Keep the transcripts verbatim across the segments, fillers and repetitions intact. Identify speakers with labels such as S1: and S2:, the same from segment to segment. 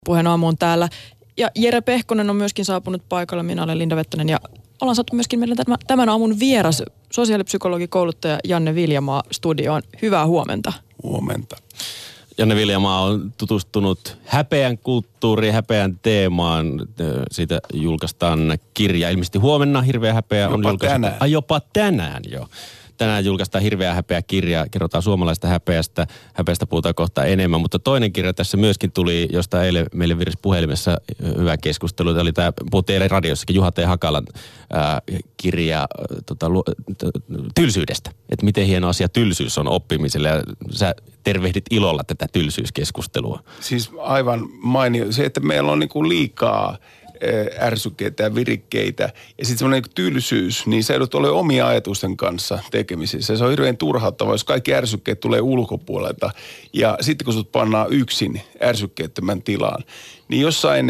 S1: Puheen aamu on täällä. Ja Jere Pehkonen on myöskin saapunut paikalle. Minä olen Linda Vettonen ja ollaan saatu myöskin meille tämän aamun vieras, sosiaalipsykologikouluttaja Janne Viljamaa studioon. Hyvää huomenta.
S2: Huomenta.
S3: Janne Viljamaa on tutustunut häpeän kulttuuriin, häpeän teemaan. Siitä julkaistaan kirja. Ilmeisesti huomenna Hirveä häpeä on
S2: jopa
S3: julkaistu.
S2: Tänään.
S3: Ai jopa tänään jo. Tänään julkaistaan Hirveä häpeä kirja, kerrotaan suomalaista häpeästä, häpeästä puhutaan kohta enemmän, mutta toinen kirja tässä myöskin tuli, josta eilen meille virisi puhelimessa hyvä keskustelu, oli tämä, puhuttiin eilen radiossakin, Juha T. Hakalan ää, kirja tota, lu, t, tylsyydestä, että miten hieno asia tylsyys on oppimiselle, ja sä tervehdit ilolla tätä tylsyyskeskustelua.
S2: Siis aivan mainio, se, että meillä on niinku liikaa ärsykkeitä ja virikkeitä. Ja sitten semmoinen tylsyys, niin se ei ole omia ajatusten kanssa tekemisissä. Se on hirveän turhauttavaa, jos kaikki ärsykkeet tulee ulkopuolelta. Ja sitten kun sut pannaan yksin ärsykkeettömän tilaan, niin jossain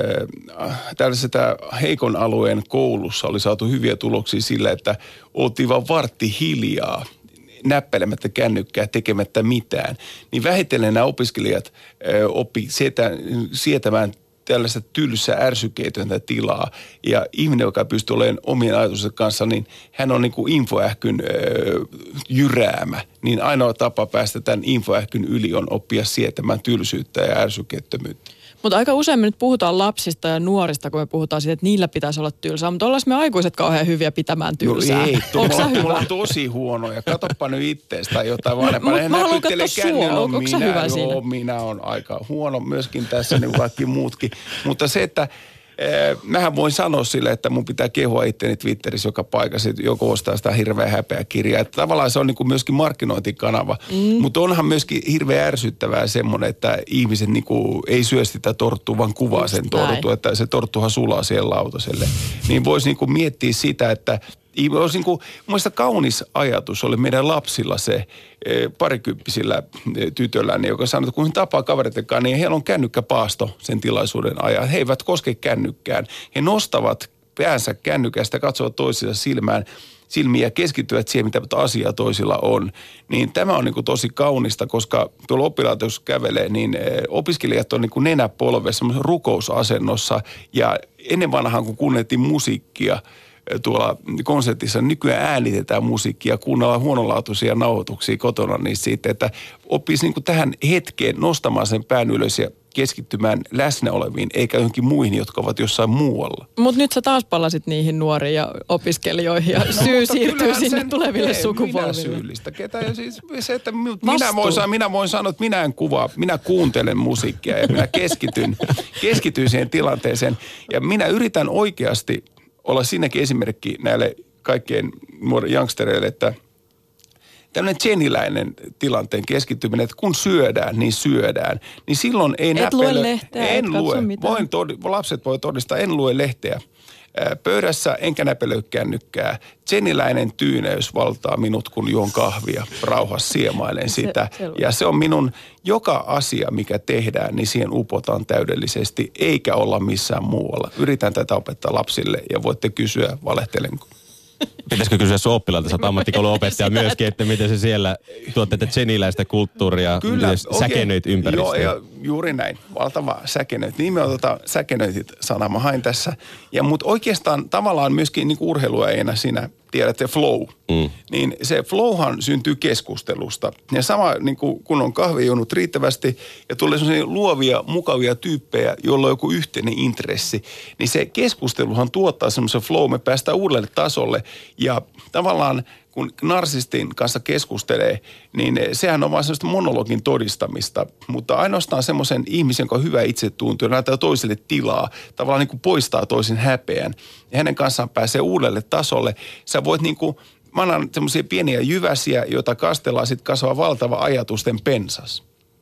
S2: äh, tällaisessa heikon alueen koulussa oli saatu hyviä tuloksia sillä, että oltiin vaan vartti hiljaa, näppäilemättä kännykkää, tekemättä mitään. Niin vähitellen nämä opiskelijat äh, oppi sietä, sietämään tällaista tylsää, ärsykeetöntä tilaa. Ja ihminen, joka pystyy olemaan omien ajatusten kanssa, niin hän on niin kuin infoähkyn öö, jyräämä. Niin ainoa tapa päästä tämän infoähkyn yli on oppia sietämään tylsyyttä ja ärsykeettömyyttä.
S1: Mutta aika usein me nyt puhutaan lapsista ja nuorista, kun me puhutaan siitä, että niillä pitäisi olla tylsää. Mutta ollaan me aikuiset kauhean hyviä pitämään tylsää.
S2: No ei,
S1: onko sä hyvä?
S2: Mulla on tosi huono ja katsoppa nyt itteestä tai jotain vanhempaa.
S1: Mutta mä haluan katsoa sua, onko sä hyvä
S2: joo,
S1: siinä?
S2: Minä on aika huono myöskin tässä, niin kuin kaikki muutkin. Mutta se, että eh, mähän voin sanoa sille, että mun pitää kehua itteni Twitterissä joka paikassa, että joku ostaa sitä Hirveä häpeä kirjaa. Että tavallaan se on niin kuin myöskin markkinointikanava, mm. mutta onhan myöskin hirveän ärsyttävää semmoinen, että ihmiset niin kuin ei syö sitä torttua, vaan kuvaa
S1: Just
S2: sen torttua, että se torttuhan sulaa siihen lautaselle. Niin voisi niin kuin miettiä sitä, että olisi niin kuin, muista kaunis ajatus oli meidän lapsilla se e, parikymppisillä e, tytöllä, niin joka sanoi, että kun he tapaa kavereitakaan, niin heillä on kännykkäpaasto sen tilaisuuden ajan. He eivät koske kännykkään. He nostavat päänsä kännykästä, katsovat toisensa silmään, silmiä ja keskittyvät siihen, mitä asiaa toisilla on. Niin tämä on niin kuin tosi kaunista, koska tuolla oppilaitoksessa kävelee, niin e, opiskelijat on niin kuin nenäpolvessa, rukousasennossa ja ennen vanhaan, kun kuunneltiin musiikkia, tuolla konsertissa nykyään äänitetään musiikkia, kuunnellaan huonolaatuisia nauhoituksia kotona, niin siitä, että oppisi niin kuin tähän hetkeen nostamaan sen pään ylös ja keskittymään läsnä oleviin, eikä johonkin muihin, jotka ovat jossain muualla.
S1: Mutta nyt sä taas palasit niihin nuoriin ja opiskelijoihin ja syy no, siirtyy sinne tuleville
S2: ei,
S1: sukupolville.
S2: Minä syyllistä. Ketä, ja siis se, että minä voin, minä voin sanoa, että minä en kuvaa, minä kuuntelen musiikkia ja minä keskityn, keskityn siihen tilanteeseen ja minä yritän oikeasti olla siinäkin esimerkki näille kaikkien youngstereille, että tämmöinen tseniläinen tilanteen keskittyminen, että kun syödään, niin syödään. Niin silloin ei näpelö.
S1: Et lue lehteä,
S2: en
S1: et
S2: lue.
S1: mitään.
S2: Voin todi, lapset voi todistaa, en lue lehteä pöydässä, enkä näpelöi kännykkää. Tseniläinen tyyneys valtaa minut, kun juon kahvia. Rauhassa siemailen sitä. Se, se ja se on minun joka asia, mikä tehdään, niin siihen upotaan täydellisesti, eikä olla missään muualla. Yritän tätä opettaa lapsille ja voitte kysyä, valehtelenko.
S3: Pitäisikö kysyä sun oppilailta, sä oot ammattikouluopettaja myöskin, että miten se siellä tuot tätä tseniläistä kulttuuria,
S2: Kyllä,
S3: miten säkenöit ympäristöä?
S2: Joo, ja juuri näin. Valtava säkenöit. Niin me otetaan säkenöitit sana, mä hain tässä. Ja mutta oikeastaan tavallaan myöskin niin urheiluajana siinä, tiedätte, flow. Mm. Niin se flowhan syntyy keskustelusta. Ja sama niin kuin, kun on kahvi juonut riittävästi ja tulee sellaisia luovia, mukavia tyyppejä, joilla on joku yhteinen intressi, niin se keskusteluhan tuottaa semmoisen flow. Me päästään uudelle tasolle ja tavallaan kun narsistin kanssa keskustelee, niin sehän on vaan semmoista monologin todistamista, mutta ainoastaan semmoisen ihmisen, joka on hyvä itsetunto, ja näyttää toiselle tilaa, tavallaan niin kuin poistaa toisen häpeän. Ja hänen kanssaan pääsee uudelle tasolle. Sä voit niin kuin, mä annan semmoisia pieniä jyväsiä, joita kastellaan, sitten kasvaa valtava ajatusten pensas.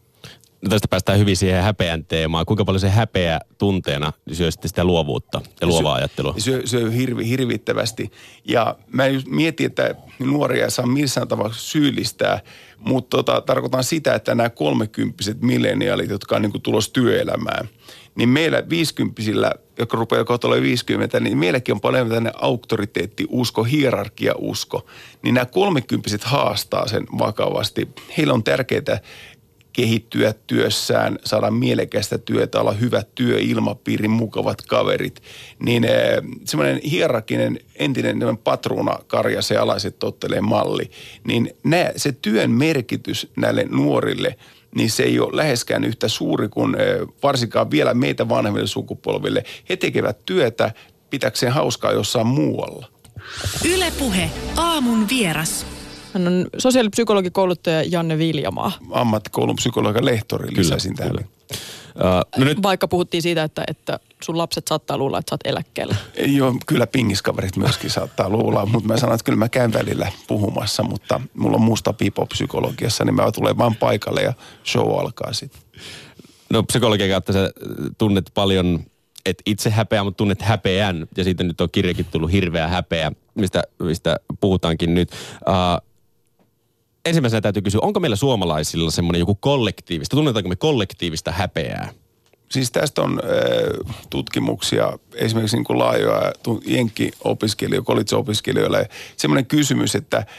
S3: No tästä päästään hyvin siihen häpeän teemaan. Kuinka paljon se häpeä tunteena syö sitten sitä luovuutta ja luovaa ajattelua?
S2: Syö, syö hirvi, hirvittävästi. Ja mä mietin, että nuoria ei saa missään tavalla syyllistää, mutta tota, tarkoitan sitä, että nämä kolmekymppiset milleniaalit, jotka on niin kuin tulossa työelämään, niin meillä viisikymppisillä, jotka rupeaa kohta olemaan viisikymmentä, niin meilläkin on paljon tämmöinen auktoriteettiusko, hierarkiausko. Niin nämä kolmekymppiset haastaa sen vakavasti. Heillä on tärkeää kehittyä työssään, saada mielekästä työtä, olla hyvä työilmapiiri, mukavat kaverit, niin semmoinen hierarkinen entinen patruuna karja se alaiset tottelee malli, niin nää, se työn merkitys näille nuorille, niin se ei ole läheskään yhtä suuri kuin varsinkaan vielä meitä vanhemmille sukupolville. He tekevät työtä pitäkseen hauskaa jossain muualla.
S4: Yle Puhe, aamun vieras.
S1: Hän on sosiaalipsykologikouluttaja Janne Viljamaa.
S2: Ammattikoulun psykologian lehtori lisäsin tähän.
S3: Uh, no nyt...
S1: Vaikka puhuttiin siitä, että, että sun lapset saattaa luulla, että sä oot eläkkeellä.
S2: Joo, kyllä pingiskaverit myöskin saattaa luulla, mutta mä sanon, että kyllä mä käyn välillä puhumassa, mutta mulla on musta pipo psykologiassa, niin mä tulen vaan paikalle ja show alkaa sitten.
S3: No psykologian kautta sä tunnet paljon, et itse häpeää, mutta tunnet häpeän, ja siitä nyt on kirjakin tullut Hirveä häpeä, mistä, mistä puhutaankin nyt. Uh, Ensimmäisenä täytyy kysyä, onko meillä suomalaisilla semmoinen joku kollektiivista, tunnetaanko me kollektiivista häpeää?
S2: Siis tästä on äh, tutkimuksia, esimerkiksi niin kuin laajoja jenkki-opiskelijoille, college-opiskelijoille, semmoinen kysymys, että äh,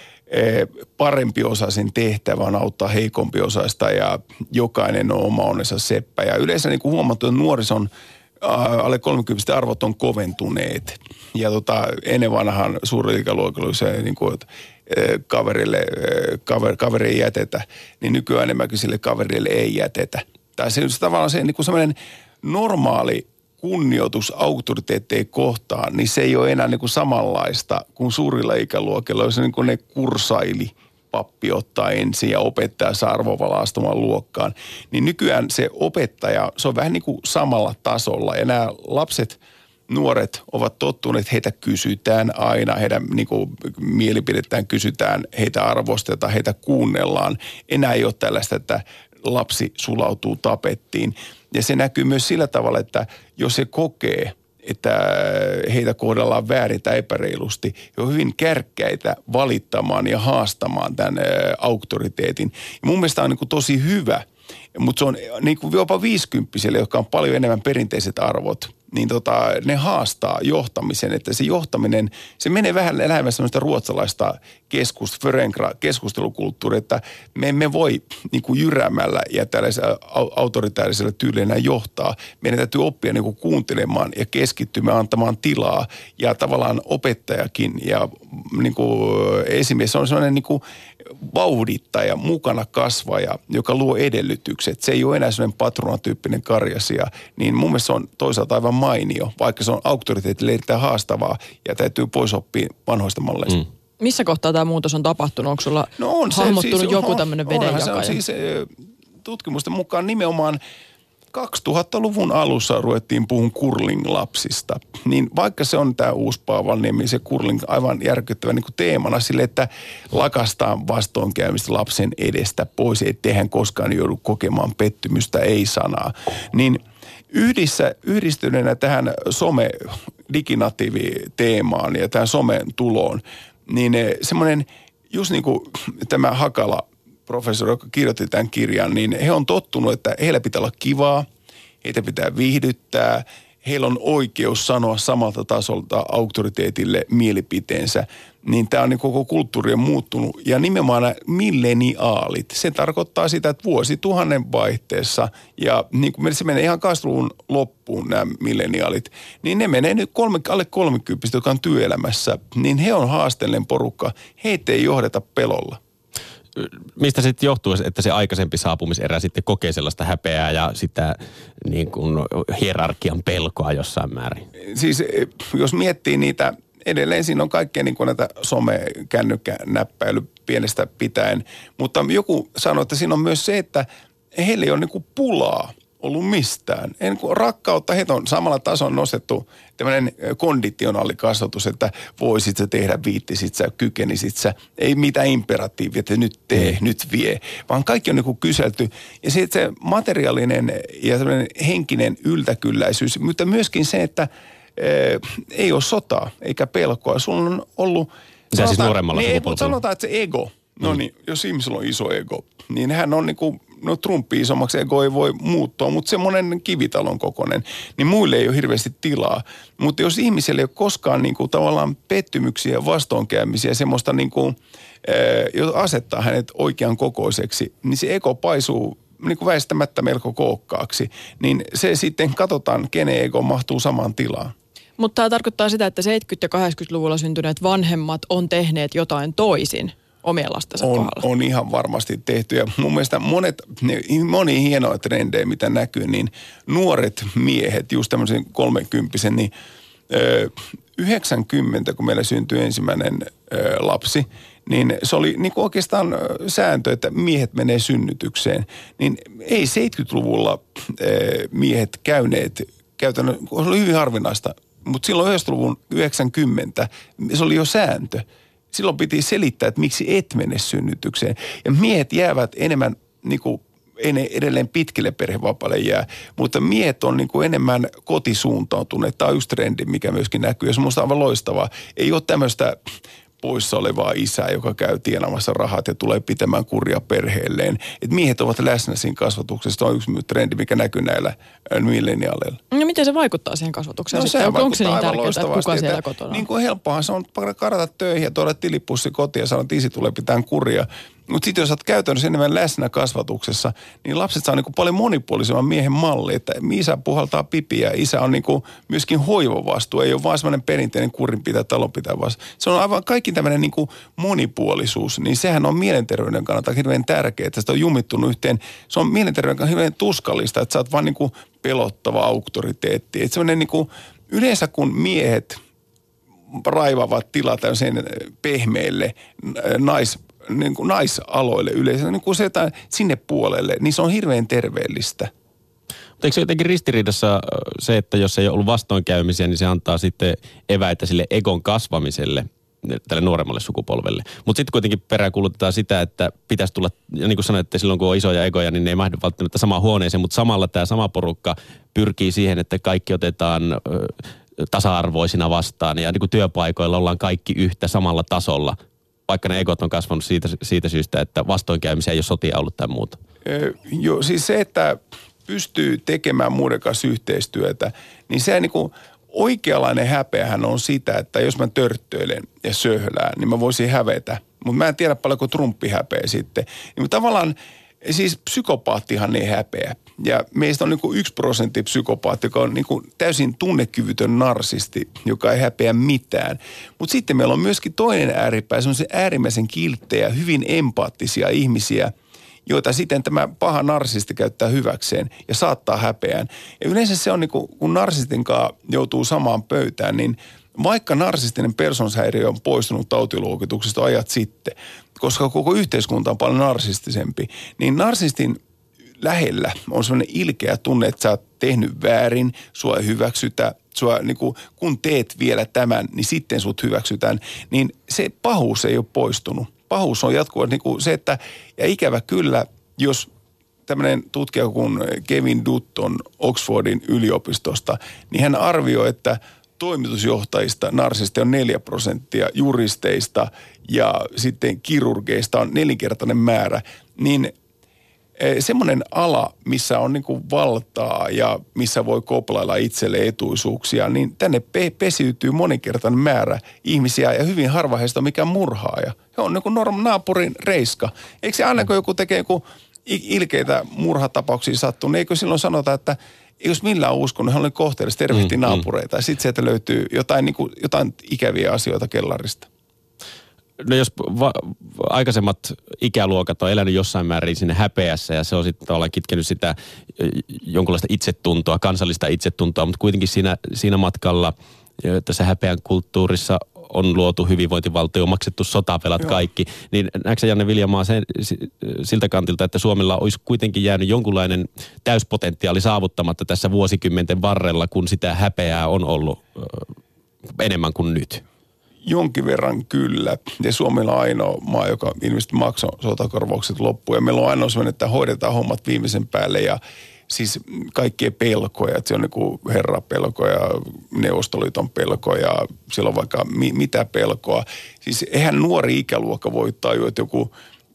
S2: parempi osaisen tehtävä on auttaa heikompi osaista ja jokainen on oma onnensa seppä. Ja yleensä niin kuin huomattu, että nuorison alle kolmekymmentä arvot on koventuneet. Ja tota, ennen vanhaan suurilla ikäluokilla se niin kuin, että kaverille, kaver, kaveri ei jätetä, niin nykyään enemmänkin sille kaverille ei jätetä. Tai se on tavallaan se niin kuin sellainen normaali kunnioitus auktoriteetteja kohtaan, niin se ei ole enää niin kuin samanlaista kuin suurilla ikäluokilla, jos niin kuin ne kursaili. Pappi ottaa ensin ja opettaja saa arvovalaa astumaan luokkaan. Niin nykyään se opettaja, se on vähän niin kuin samalla tasolla. Ja nämä lapset, nuoret ovat tottuneet, että heitä kysytään aina, heidän niin kuin mielipidettään kysytään, heitä arvostetaan, heitä kuunnellaan. Enää ei ole tällaista, että lapsi sulautuu tapettiin. Ja se näkyy myös sillä tavalla, että jos se kokee, että heitä kohdellaan väärin tai epäreilusti, he on hyvin kärkkäitä valittamaan ja haastamaan tämän auktoriteetin. Ja mun mielestä on niin kuin tosi hyvä, mutta se on niin kuin jopa viisikymppisille, jotka on paljon enemmän perinteiset arvot, niin tota, ne haastaa johtamisen, että se johtaminen, se menee vähän lähemmäs sellaista ruotsalaista keskust, keskustelukulttuuria, että me emme voi niin kuin jyräämällä ja tällaisella autoritäärisellä tyylillä johtaa. Meidän täytyy oppia niin kuin kuuntelemaan ja keskittymään, antamaan tilaa ja tavallaan opettajakin ja niin kuin esimies on sellainen niin kuin vauhdittaja, mukana kasvaja, joka luo edellytykset. Se ei ole enää sellainen patronatyyppinen karjasia, niin mun mielestä se on toisaalta aivan mainio, vaikka se on auktoriteetille erittäin haastavaa ja täytyy pois oppia vanhoista malleista. Mm.
S1: Missä kohtaa tämä muutos on tapahtunut? Onko sulla no on hahmottunut siis, joku tämmöinen vedenjakaja?
S2: Se on siis tutkimusten mukaan nimenomaan kaksituhattaluvun alussa ruvettiin puhun curling-lapsista. Niin vaikka se on tämä uusi Paavalniemi, se curling aivan järkyttävä niin kuin teemana sille, että lakastaa vastoinkäymistä lapsen edestä pois, ettei hän koskaan joudu kokemaan pettymystä, ei sanaa. Niin yhdissä, yhdistyneenä tähän some-diginatiiviteemaan ja tähän somen tuloon, niin semmoinen, just niin kuin tämä Hakala, professori, joka kirjoitti tämän kirjan, niin he on tottunut, että heillä pitää olla kivaa, heitä pitää viihdyttää, heillä on oikeus sanoa samalta tasolta auktoriteetille mielipiteensä, niin tämä on niin koko kulttuuri on muuttunut. Ja nimenomaan nämä milleniaalit, se tarkoittaa sitä, että vuosituhannen vaihteessa, ja niin kuin se menee ihan kasvuluvun loppuun nämä milleniaalit, niin ne menee nyt kolme, alle kolmekymmentä, jotka on työelämässä, niin he on haasteellinen porukka, heitä ei johdeta pelolla.
S3: Mistä sitten johtuu, että se aikaisempi saapumiserä sitten kokee sellaista häpeää ja sitä niin kuin hierarkian pelkoa jossain määrin?
S2: Siis jos miettii niitä, edelleen siinä on kaikkea niin kuin näitä some-kännykkänäppäily pienestä pitäen, mutta joku sanoi, että siinä on myös se, että heillä ei ole niin kuin pulaa ollut mistään. En, rakkautta, heitä on samalla tasolla nostettu tämmöinen konditionaalikasvatus, että voisit sä tehdä, viittisit sä, kykenisit sä. Ei mitään imperatiivia, että nyt tee, mm. nyt vie, vaan kaikki on niin kuin kyselty. Ja sitten se materiaalinen ja semmoinen henkinen yltäkylläisyys, mutta myöskin se, että ee, ei ole sotaa eikä pelkoa. Sulla on ollut...
S3: Se siis nuoremmalla
S2: niin, mutta sanotaan, että se ego, no niin, mm. jos ihmisellä on iso ego, niin hän on niin kuin... No Trumpi isommaksi ego ei voi muuttua, mutta semmoinen kivitalon kokoinen, niin muille ei ole hirveästi tilaa. Mutta jos ihmisellä ei ole koskaan niin kuin tavallaan pettymyksiä ja vastoinkäymisiä, semmoista niin kuin, jos asettaa hänet oikean kokoiseksi, niin se ego paisuu niin kuin väistämättä melko kookkaaksi, niin se sitten katsotaan, kenen ego mahtuu samaan tilaan.
S1: Mutta tämä tarkoittaa sitä, että seitsemänkymmentä- ja kahdeksankymmentäluvulla syntyneet vanhemmat on tehneet jotain toisin omien lastensa
S2: on,
S1: kohdalla.
S2: on ihan varmasti tehty. Ja mun mielestä monet, moni hienoja trendejä, mitä näkyy, niin nuoret miehet, just tämmöisen kolmekymppisen, niin ö, yhdeksänkymmentä, kun meillä syntyi ensimmäinen ö, lapsi, niin se oli niin kuin oikeastaan sääntö, että miehet menee synnytykseen. Niin ei seitsemänkymmentäluvulla ö, miehet käyneet käytännössä, se oli hyvin harvinaista, mutta silloin yhdeksänkymmentäluvun yhdeksänkymmentä, se oli jo sääntö. Silloin piti selittää, että miksi et mene synnytykseen. Ja miehet jäävät enemmän, niin kuin edelleen pitkille perhevapaalle jää, mutta miehet on niin kuin enemmän kotisuuntautuneet. Tämä on yksi trendi, mikä myöskin näkyy. Ja se on minusta aivan loistavaa. Ei ole tämmöistä poissa olevaa isää, joka käy tienaamassa rahat ja tulee pitämään kuria perheelleen. Et miehet ovat läsnä siinä kasvatuksessa. Se on yksi trendi, mikä näkyy näillä milleniaaleilla.
S1: No miten se vaikuttaa siihen kasvatukseen?
S2: No,
S1: sitten? Onko, onko se niin tärkeää, että kuka siellä kotona on?
S2: Niin kuin helppohan se on karata töihin ja tuoda tilipussi kotiin ja sanoa, että isi tulee pitää kuria. Mutta sitten jos olet käytännössä enemmän läsnä kasvatuksessa, niin lapset saa niinku paljon monipuolisemman miehen malli, että isä puhaltaa pipiä, isä on niinku myöskin hoivavastuu, ei ole vaan semmoinen perinteinen kurinpitää, talonpitää vasta. Se on aivan kaikki tämmöinen niinku monipuolisuus, niin sehän on mielenterveyden kannalta hirveän tärkeää, että sitä on jumittunut yhteen. Se on mielenterveyden kannalta hirveän tuskallista, että sä oot vaan niinku pelottava auktoriteetti. Että semmoinen niinku, yleensä kun miehet raivavat tilaa tämmöiseen pehmeille nais niin kuin naisaloille yleensä, niin kuin se jotain sinne puolelle, niin se on hirveän terveellistä.
S3: Mutta eikö se jotenkin ristiriidassa se, että jos ei ollut vastoinkäymisiä, niin se antaa sitten eväitä sille egon kasvamiselle, tälle nuoremmalle sukupolvelle. Mutta sitten kuitenkin peräänkuulutetaan sitä, että pitäisi tulla, ja niin kuin sanoit, että silloin kun on isoja egoja, niin ne ei mahdu välttämättä samaan huoneeseen, mutta samalla tämä sama porukka pyrkii siihen, että kaikki otetaan tasa-arvoisina vastaan, ja niin kuin työpaikoilla ollaan kaikki yhtä samalla tasolla, vaikka ne egot on kasvanut siitä, siitä syystä, että vastoinkäymisiä ei ole sotia ollut tai muuta.
S2: Öö, joo, siis se, että pystyy tekemään muiden kanssa yhteistyötä, niin se niin kuin oikeanlainen häpeähän on sitä, että jos mä törttöilen ja söhlään, niin mä voisin hävetä. Mutta mä en tiedä paljonko Trumpi häpeä sitten. Niin tavallaan, siis psykopaattihan ei häpeä. Ja meistä on niin kuin yksi prosentti psykopaatti, joka on niin kuin täysin tunnekyvytön narsisti, joka ei häpeä mitään. Mutta sitten meillä on myöskin toinen ääripää, semmoisia äärimmäisen kilttejä, hyvin empaattisia ihmisiä, joita sitten tämä paha narsisti käyttää hyväkseen ja saattaa häpeään. Ja yleensä se on niin kuin, kun narsistin kanssa joutuu samaan pöytään, niin vaikka narsistinen persoonashäiriö on poistunut tautiluokituksesta ajat sitten, koska koko yhteiskunta on paljon narsistisempi, niin narsistin lähellä on sellainen ilkeä tunne, että sä oot tehnyt väärin, sua ei hyväksytä, sua, niin kun, kun teet vielä tämän, niin sitten sut hyväksytään, niin se pahuus ei ole poistunut. Pahuus on jatkuva niin kuin se, että, ja ikävä kyllä, jos tämmöinen tutkija kuin Kevin Dutton Oxfordin yliopistosta, niin hän arvioi, että toimitusjohtajista narsisteja on neljä prosenttia, juristeista ja sitten kirurgeista on nelinkertainen määrä, niin semmoinen ala, missä on niin kuin valtaa ja missä voi koplailla itselle etuisuuksia, niin tänne pe- pesiytyy moninkertainen määrä ihmisiä ja hyvin harva heistä on mikään murhaaja. He on niin kuin norm- naapurin reiska. Eikö se aina kun joku tekee joku ilkeitä murhatapauksia sattuu, niin eikö silloin sanota, että jos millään uskonut, hän oli kohteellisesti tervehti mm, naapureita. Mm. Ja sitten sieltä löytyy jotain, niin kuin, jotain ikäviä asioita kellarista.
S3: No jos va- aikaisemmat ikäluokat on elänyt jossain määrin sinne häpeässä ja se on sitten tavallaan kitkenyt sitä jonkunlaista itsetuntoa, kansallista itsetuntoa, mutta kuitenkin siinä, siinä matkalla tässä häpeän kulttuurissa on luotu hyvinvointivaltio, maksettu sotavelat kaikki. Niin näetkö Janne Viljamaa sen, siltä kantilta, että Suomella olisi kuitenkin jäänyt jonkunlainen täyspotentiaali saavuttamatta tässä vuosikymmenten varrella, kun sitä häpeää on ollut enemmän kuin nyt?
S2: Jonkin verran kyllä. Ja Suomella on ainoa maa, joka ilmeisesti maksoi sotakorvaukset loppuun. Ja meillä on ainoa sellainen, että hoidetaan hommat viimeisen päälle ja siis kaikkien pelkoja. Että se on niin kuin herrapelko ja Neuvostoliiton pelko ja siellä on vaikka mi- mitä pelkoa. Siis eihän nuori ikäluokka voi tajua, että joku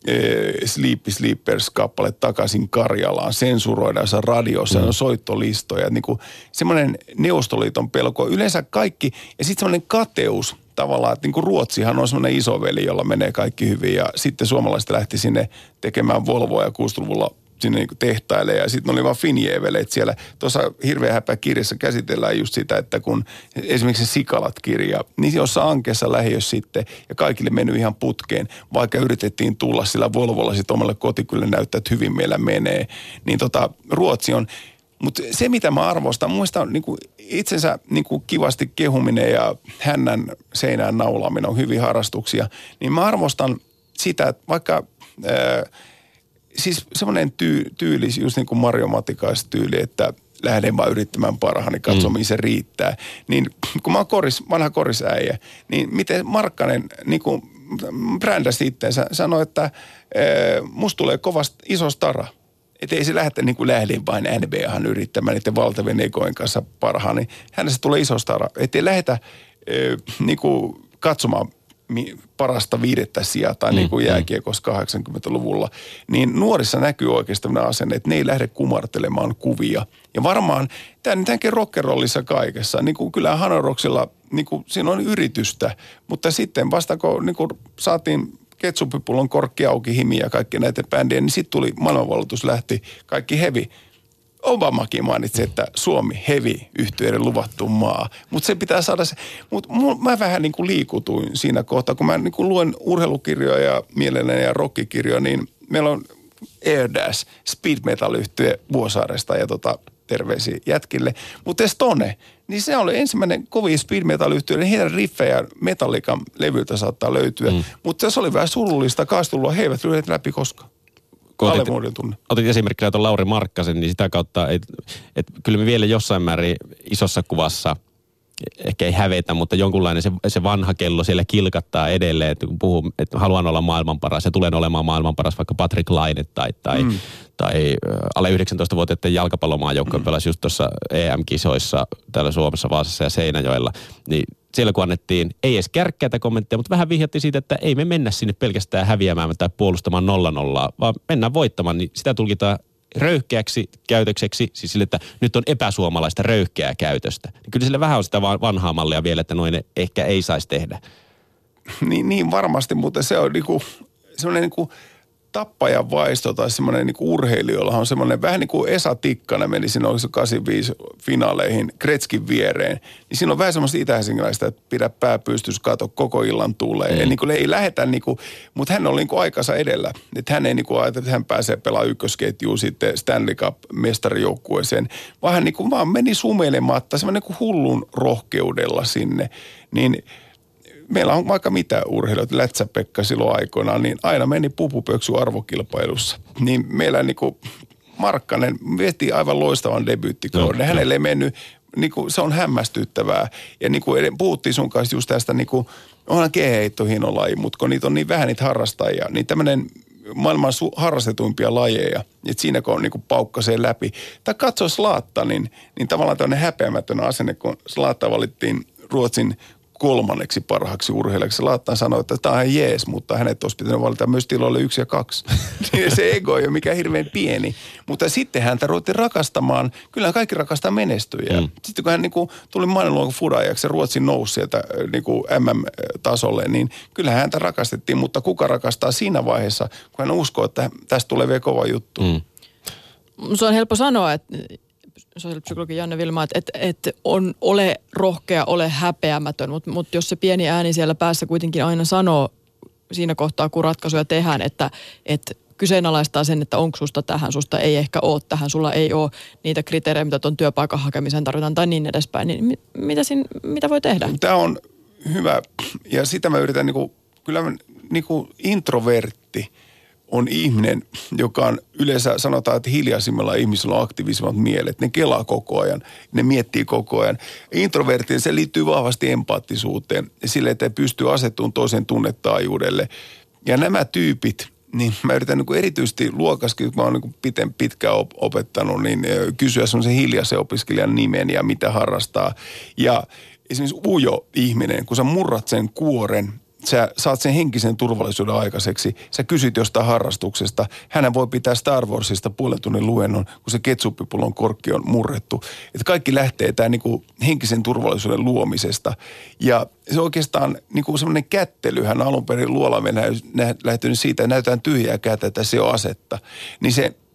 S2: Sleepy Sleepers-kappale takaisin Karjalaan, sensuroidaan se radiossa, mm. on soittolistoja. Niin kuin semmoinen Neuvostoliiton pelko, yleensä kaikki, ja sitten semmoinen kateus tavallaan, että niin kuin Ruotsihan on semmoinen isoveli, jolla menee kaikki hyvin, ja sitten suomalaiset lähti sinne tekemään Volvoa ja kuusikymmentäluvulla sinne niin tehtaille ja sitten oli vaan finjeveleet siellä. Tuossa Hirveä häpeä -kirjassa käsitellään just sitä, että kun esimerkiksi Sikalat-kirja, niin jossa Ankeessa lähiössä sitten ja kaikille mennyt ihan putkeen, vaikka yritettiin tulla sillä Volvolla sitten omalle kotikylle näyttää, että hyvin meillä menee, niin tota Ruotsi on. Mutta se, mitä mä arvostan, muistan niin kuin itsensä niin kuin kivasti kehuminen ja hännän seinään naulaaminen on hyvin harrastuksia, niin mä arvostan sitä, että vaikka ää, siis semmoinen tyy, tyyli, just niin kuin Mario Matikaisen tyyli, että lähden vaan yrittämään parhaani, katso mm. mihin se riittää. Niin kun mä oon koris, vanha korisäijä, niin miten Markkanen niin kuin brändäsi itteensä, sanoi, että ää, musta tulee kovasti iso stara. Että ei se lähde niin kuin lähden vain N B A:han yrittämään niiden valtavien egojen kanssa parhaan, niin hänessä tulee iso stara. Että ei lähdetä ää, niin kuin katsomaan parasta viidettä sijaa tai mm, niin kuin jääkiekossa kahdeksankymmentäluvulla, niin nuorissa näkyy oikeasti tämmöinen asenne, että ne ei lähde kumartelemaan kuvia. Ja varmaan tämänkin rock'n'rollissa kaikessa, niin kuin kyllä Hanoroksilla, niin kuin siinä on yritystä, mutta sitten vasta kun niin kuin saatiin ketsupipullon korkki auki, Himi ja kaikki näitä bändejä, niin sitten tuli maailmanvalloitus, lähti kaikki heavy. Obamakin mainitsi, että Suomi heavy-yhtyeiden luvattu maa. Mutta se pitää saada se. Mutta mä vähän niin kuin liikutuin siinä kohtaa, kun mä niin kuin luen urheilukirjoja ja mielelläni ja rockikirjoja, niin meillä on Air Dash, speed metal-yhtye Vuosaaresta ja tota, terveisiä jätkille. Mutta Stone, niin se oli ensimmäinen kovin speed metal-yhtye, niin heidän riffejä Metallican levyltä saattaa löytyä. Mm. Mutta se oli vähän surullista kaastulua, he eivät lyöneet läpi koskaan.
S3: Otit, otit esimerkkinä tuon Lauri Markkasen, niin sitä kautta, että et, kyllä me vielä jossain määrin isossa kuvassa, ehkä ei hävetä, mutta jonkunlainen se, se vanha kello siellä kilkattaa edelleen, että kun puhuu, että haluan olla maailman paras ja tulen olemaan maailman paras, vaikka Patrick Laine tai, tai, mm. tai alle yhdeksäntoistavuotiaiden jalkapallomaajoukkojen mm. pelasi just tuossa E M-kisoissa täällä Suomessa, Vaasassa ja Seinäjoella, niin siellä kun annettiin, ei edes kärkkäitä kommentteja, mutta vähän vihjatti siitä, että ei me mennä sinne pelkästään häviämään tai puolustamaan nolla nollaa, vaan mennään voittamaan, niin sitä tulkitaan röyhkeäksi käytökseksi, siis sille, että nyt on epäsuomalaista röyhkeää käytöstä. Niin kyllä sille vähän on sitä vanhaa mallia vielä, että noin ehkä ei saisi tehdä.
S2: Niin, niin varmasti, mutta se on niinku semmoinen niinku tappajan vaisto tai semmoinen niinku urheilijoilla on semmoinen vähän niin kuin Esa Tikkanen meni siinä olisi kahdeksankymmentäviisi finaaleihin Kretskin viereen. Niin siinä on vähän semmoista itä-helsinkiläistä, että pidä pää pystyssä, kato koko illan tulee. Mm. Ja niin kuin ei lähetä niinku, mutta hän oli niinku aikansa edellä. Että hän ei niinku ajatella, että hän pääsee pelaamaan ykkösketjuun sitten Stanley Cup-mestarijoukkueeseen. Vaan hän niinku vaan meni sumeilematta semmoinen niinku hullun rohkeudella sinne. Niin meillä on vaikka mitä urheilijoita, Lätsä-Pekka silloin aikoinaan, niin aina meni pupupöksy arvokilpailussa. Niin meillä niinku Markkanen veti aivan loistavan debyyttikauden. No, hänelle ei mennyt, niinku, se on hämmästyttävää. Ja niinku puhuttiin sun kanssa just tästä, niinku, onhan kehheittohinon laji, mutta kun niitä on niin vähän niitä harrastajia, niin tämmöinen maailman su- harrastetuimpia lajeja, että siinä kun on niinku paukkasee läpi. Tai katsoo Slaatta, niin, niin tavallaan tämmöinen häpeämätön asenne, kun Slaatta valittiin Ruotsin kolmanneksi parhaaksi urheilijaksi. Laattaan sanoi, että tämä on jees, mutta hänet olisi pitänyt valita myös tiloille yksi ja kaksi. Se ego ei ole mikään hirveän pieni. Mutta sitten häntä ruvettiin rakastamaan. Kyllähän kaikki rakastaa menestyjiä. Mm. Sitten kun hän niin kuin tuli maailmanluokan fudaajaksi ja Ruotsin nousi sieltä niin kuin M M-tasolle, niin kyllähän häntä rakastettiin. Mutta kuka rakastaa siinä vaiheessa, kun hän uskoo, että tästä tulee vielä kova juttu. Mm.
S1: Se on helppo sanoa, että sosiaalipsykologi Janne Vilma, että, että, että on, ole rohkea, ole häpeämätön, mutta, mutta jos se pieni ääni siellä päässä kuitenkin aina sanoo siinä kohtaa, kun ratkaisuja tehdään, että, että kyseenalaistaa sen, että onko susta tähän, susta ei ehkä ole tähän, sulla ei ole niitä kriteerejä, mitä tuon työpaikan hakemiseen tarvitaan tai niin edespäin, niin mitä, siinä, mitä voi tehdä?
S2: Tämä on hyvä ja sitä mä yritän, niin kuin, kyllä niin kuin introvertti on ihminen, joka on yleensä sanotaan, että hiljaisimmilla ihmisillä on aktiivisimmat mielet. Ne kelaa koko ajan, ne miettii koko ajan. Introvertiin se liittyy vahvasti empaattisuuteen ja sille, että pystyy asettumaan toisen tunnetaajuudelle. Ja nämä tyypit, niin mä yritän niin kuin erityisesti luokaskin, kun mä oon niin piten pitkään opettanut, niin kysyä semmoisen hiljaisen opiskelijan nimen ja mitä harrastaa. Ja esimerkiksi ujo ihminen, kun sä murrat sen kuoren, sä saat sen henkisen turvallisuuden aikaiseksi. Sä kysyt jostain harrastuksesta. Hän voi pitää Star Warsista puolen tunnin luennon, kun se ketsuppipullon korkki on murrettu. Että kaikki lähtee tämän niin kuin henkisen turvallisuuden luomisesta. Ja se oikeastaan niin kuin semmoinen kättelyhän alun perin luolamme lähtynyt siitä, että näytetään tyhjää kättä, että se on asetta. Niin se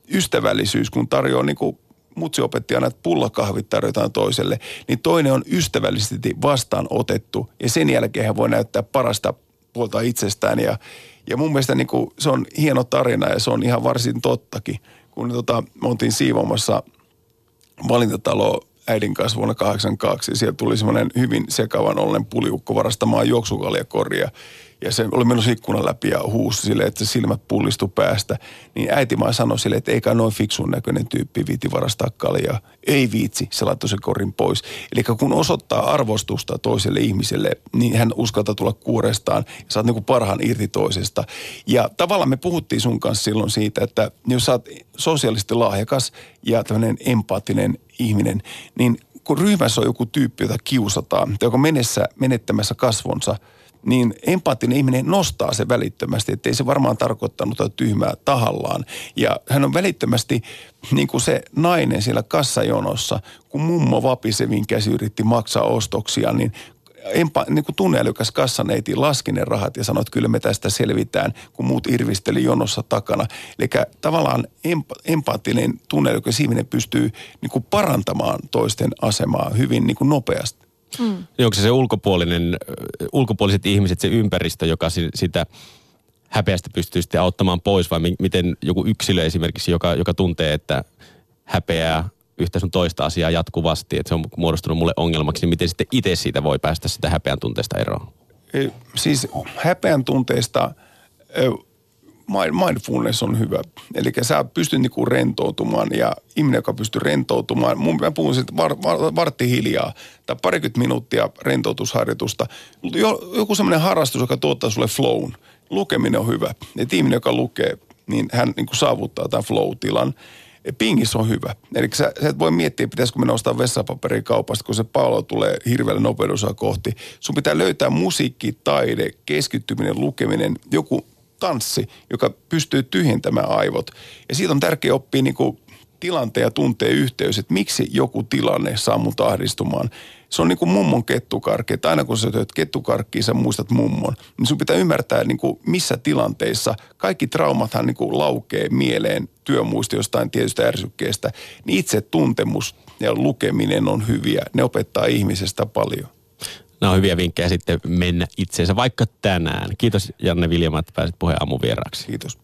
S2: ystävällisyys, kun tarjoaa niin kuin mutsiopettaja että pullakahvit tarjotaan toiselle, niin toinen on ystävällisesti vastaan otettu ja sen jälkeen hän voi näyttää parasta puolta itsestään ja, ja mun mielestä niin kuin se on hieno tarina ja se on ihan varsin tottakin. Kun tota, me oltiin siivoamassa valintataloa äidin kanssa vuonna kahdeksankymmentäkaksi ja siellä tuli semmoinen hyvin sekavan ollen puliukko varastamaan juoksukaljakoria. Ja se oli menossa ikkunan läpi ja huusi silleen, että silmät pullistu päästä. Niin äiti vaan sanoi silleen, että eikä noin fiksun näköinen tyyppi viiti varastaa kaljaa. Ei viitsi, se laittoi sen korin pois. Eli kun osoittaa arvostusta toiselle ihmiselle, niin hän uskaltaa tulla kuorestaan ja saat niin kuin parhaan irti toisesta. Ja tavallaan me puhuttiin sun kanssa silloin siitä, että jos sä oot sosiaalisesti lahjakas ja tämmöinen empaattinen ihminen, niin kun ryhmässä on joku tyyppi, jota kiusataan, tai joka menessä, menettämässä kasvonsa, niin empaattinen ihminen nostaa se välittömästi, ettei se varmaan tarkoittanut tyhmää tahallaan. Ja hän on välittömästi niin kuin se nainen siellä kassajonossa, kun mummo vapisevin käsi yritti maksaa ostoksia, niin Empa, niin kuin tunneälykäs kassaneiti laski ne rahat ja sanoi, että kyllä me tästä selvitään, kun muut irvisteli jonossa takana. Eli tavallaan empa, empaattinen tunneälykäs ihminen pystyy niin kuin parantamaan toisten asemaa hyvin niin kuin nopeasti.
S3: Mm. Onko se se ulkopuolinen, ulkopuoliset ihmiset, se ympäristö, joka sitä häpeästä pystyy sitten auttamaan pois, vai miten joku yksilö esimerkiksi, joka, joka tuntee, että häpeää yhtä sun toista asiaa jatkuvasti, että se on muodostunut mulle ongelmaksi, niin miten sitten itse siitä voi päästä sitä häpeän tunteesta eroon?
S2: Siis häpeän tunteesta mindfulness on hyvä. Eli sä pystyt niinku rentoutumaan ja ihminen, joka pystyy rentoutumaan, mun, mä puhun sitten var, var, vartti hiljaa tai parikymmentä minuuttia rentoutusharjoitusta. Joku semmoinen harrastus, joka tuottaa sulle flown. Lukeminen on hyvä. Et ihminen, joka lukee, niin hän niinku saavuttaa tämän flow-tilan. Pingissä on hyvä. Eli sä, sä et voi miettiä, pitäisikö mennä ostaa vessapaperia kaupasta, kun se pallo tulee hirveällä nopeudella kohti. Sun pitää löytää musiikki, taide, keskittyminen, lukeminen, joku tanssi, joka pystyy tyhjentämään aivot. Ja siitä on tärkeää oppia niin kuin tilanteen ja tunteen yhteys, että miksi joku tilanne saa mut ahdistumaan. Se on niin kuin mummon kettukarkki, että aina kun sä teet kettukarkkiin, sä muistat mummon. Niin sun pitää ymmärtää, niin kuin missä tilanteissa kaikki traumathan niin kuin laukee mieleen työmuisti jostain tietystä ärsykkeestä. Niin itse tuntemus ja lukeminen on hyviä. Ne opettaa ihmisestä paljon.
S3: Nämä on hyviä vinkkejä sitten mennä itseensä vaikka tänään. Kiitos Janne Viljama, että pääsit Puheen aamun vieraaksi.
S2: Kiitos.